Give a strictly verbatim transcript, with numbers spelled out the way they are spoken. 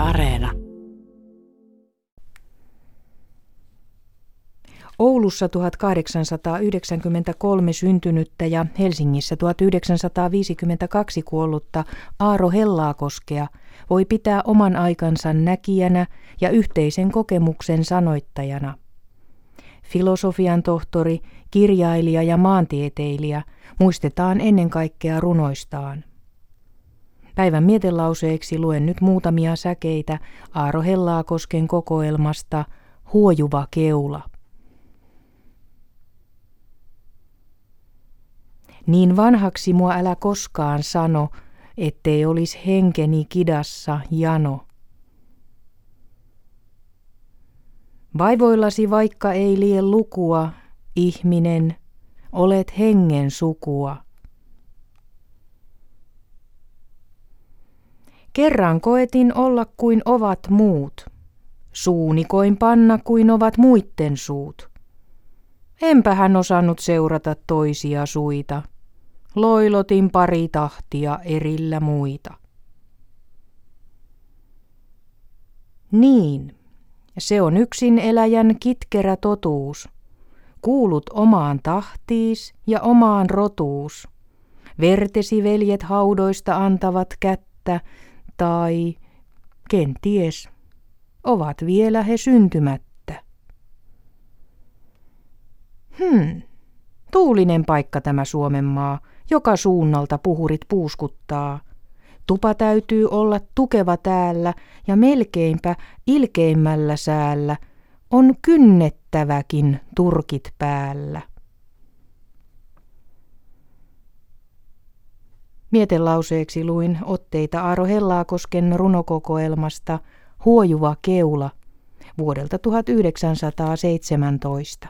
Areena. Oulussa tuhatkahdeksansataayhdeksänkymmentäkolme syntynyttä ja Helsingissä tuhatyhdeksänsataaviisikymmentäkaksi kuollutta Aaro Hellaakoskea voi pitää oman aikansa näkijänä ja yhteisen kokemuksen sanoittajana. Filosofian tohtori, kirjailija ja maantieteilijä muistetaan ennen kaikkea runoistaan. Päivän mietelauseeksi luen nyt muutamia säkeitä Aaro Hellaakosken kokoelmasta Huojuva keula. Niin vanhaksi mua älä koskaan sano, ettei olis henkeni kidassa jano. Vaivoillasi vaikka ei lie lukua, ihminen, olet hengen sukua. Kerran koetin olla kuin ovat muut, suuni koin panna kuin ovat muitten suut. Enpähän osannut seurata toisia suita, loilotin pari tahtia erillä muita. Niin, se on yksin eläjän kitkerä totuus, kuulut omaan tahtiis ja omaan rotuus. Vertesi veljet haudoista antavat kättä, tai, kenties, ovat vielä he syntymättä. Hmm, tuulinen paikka tämä Suomenmaa, joka suunnalta puhurit puuskuttaa. Tupa täytyy olla tukeva täällä ja melkeinpä ilkeimmällä säällä on kynnettäväkin turkit päällä. Mietelauseeksi luin otteita Aaro Hellaakosken runokokoelmasta Huojuva keula vuodelta tuhatyhdeksänsataaseitsemäntoista.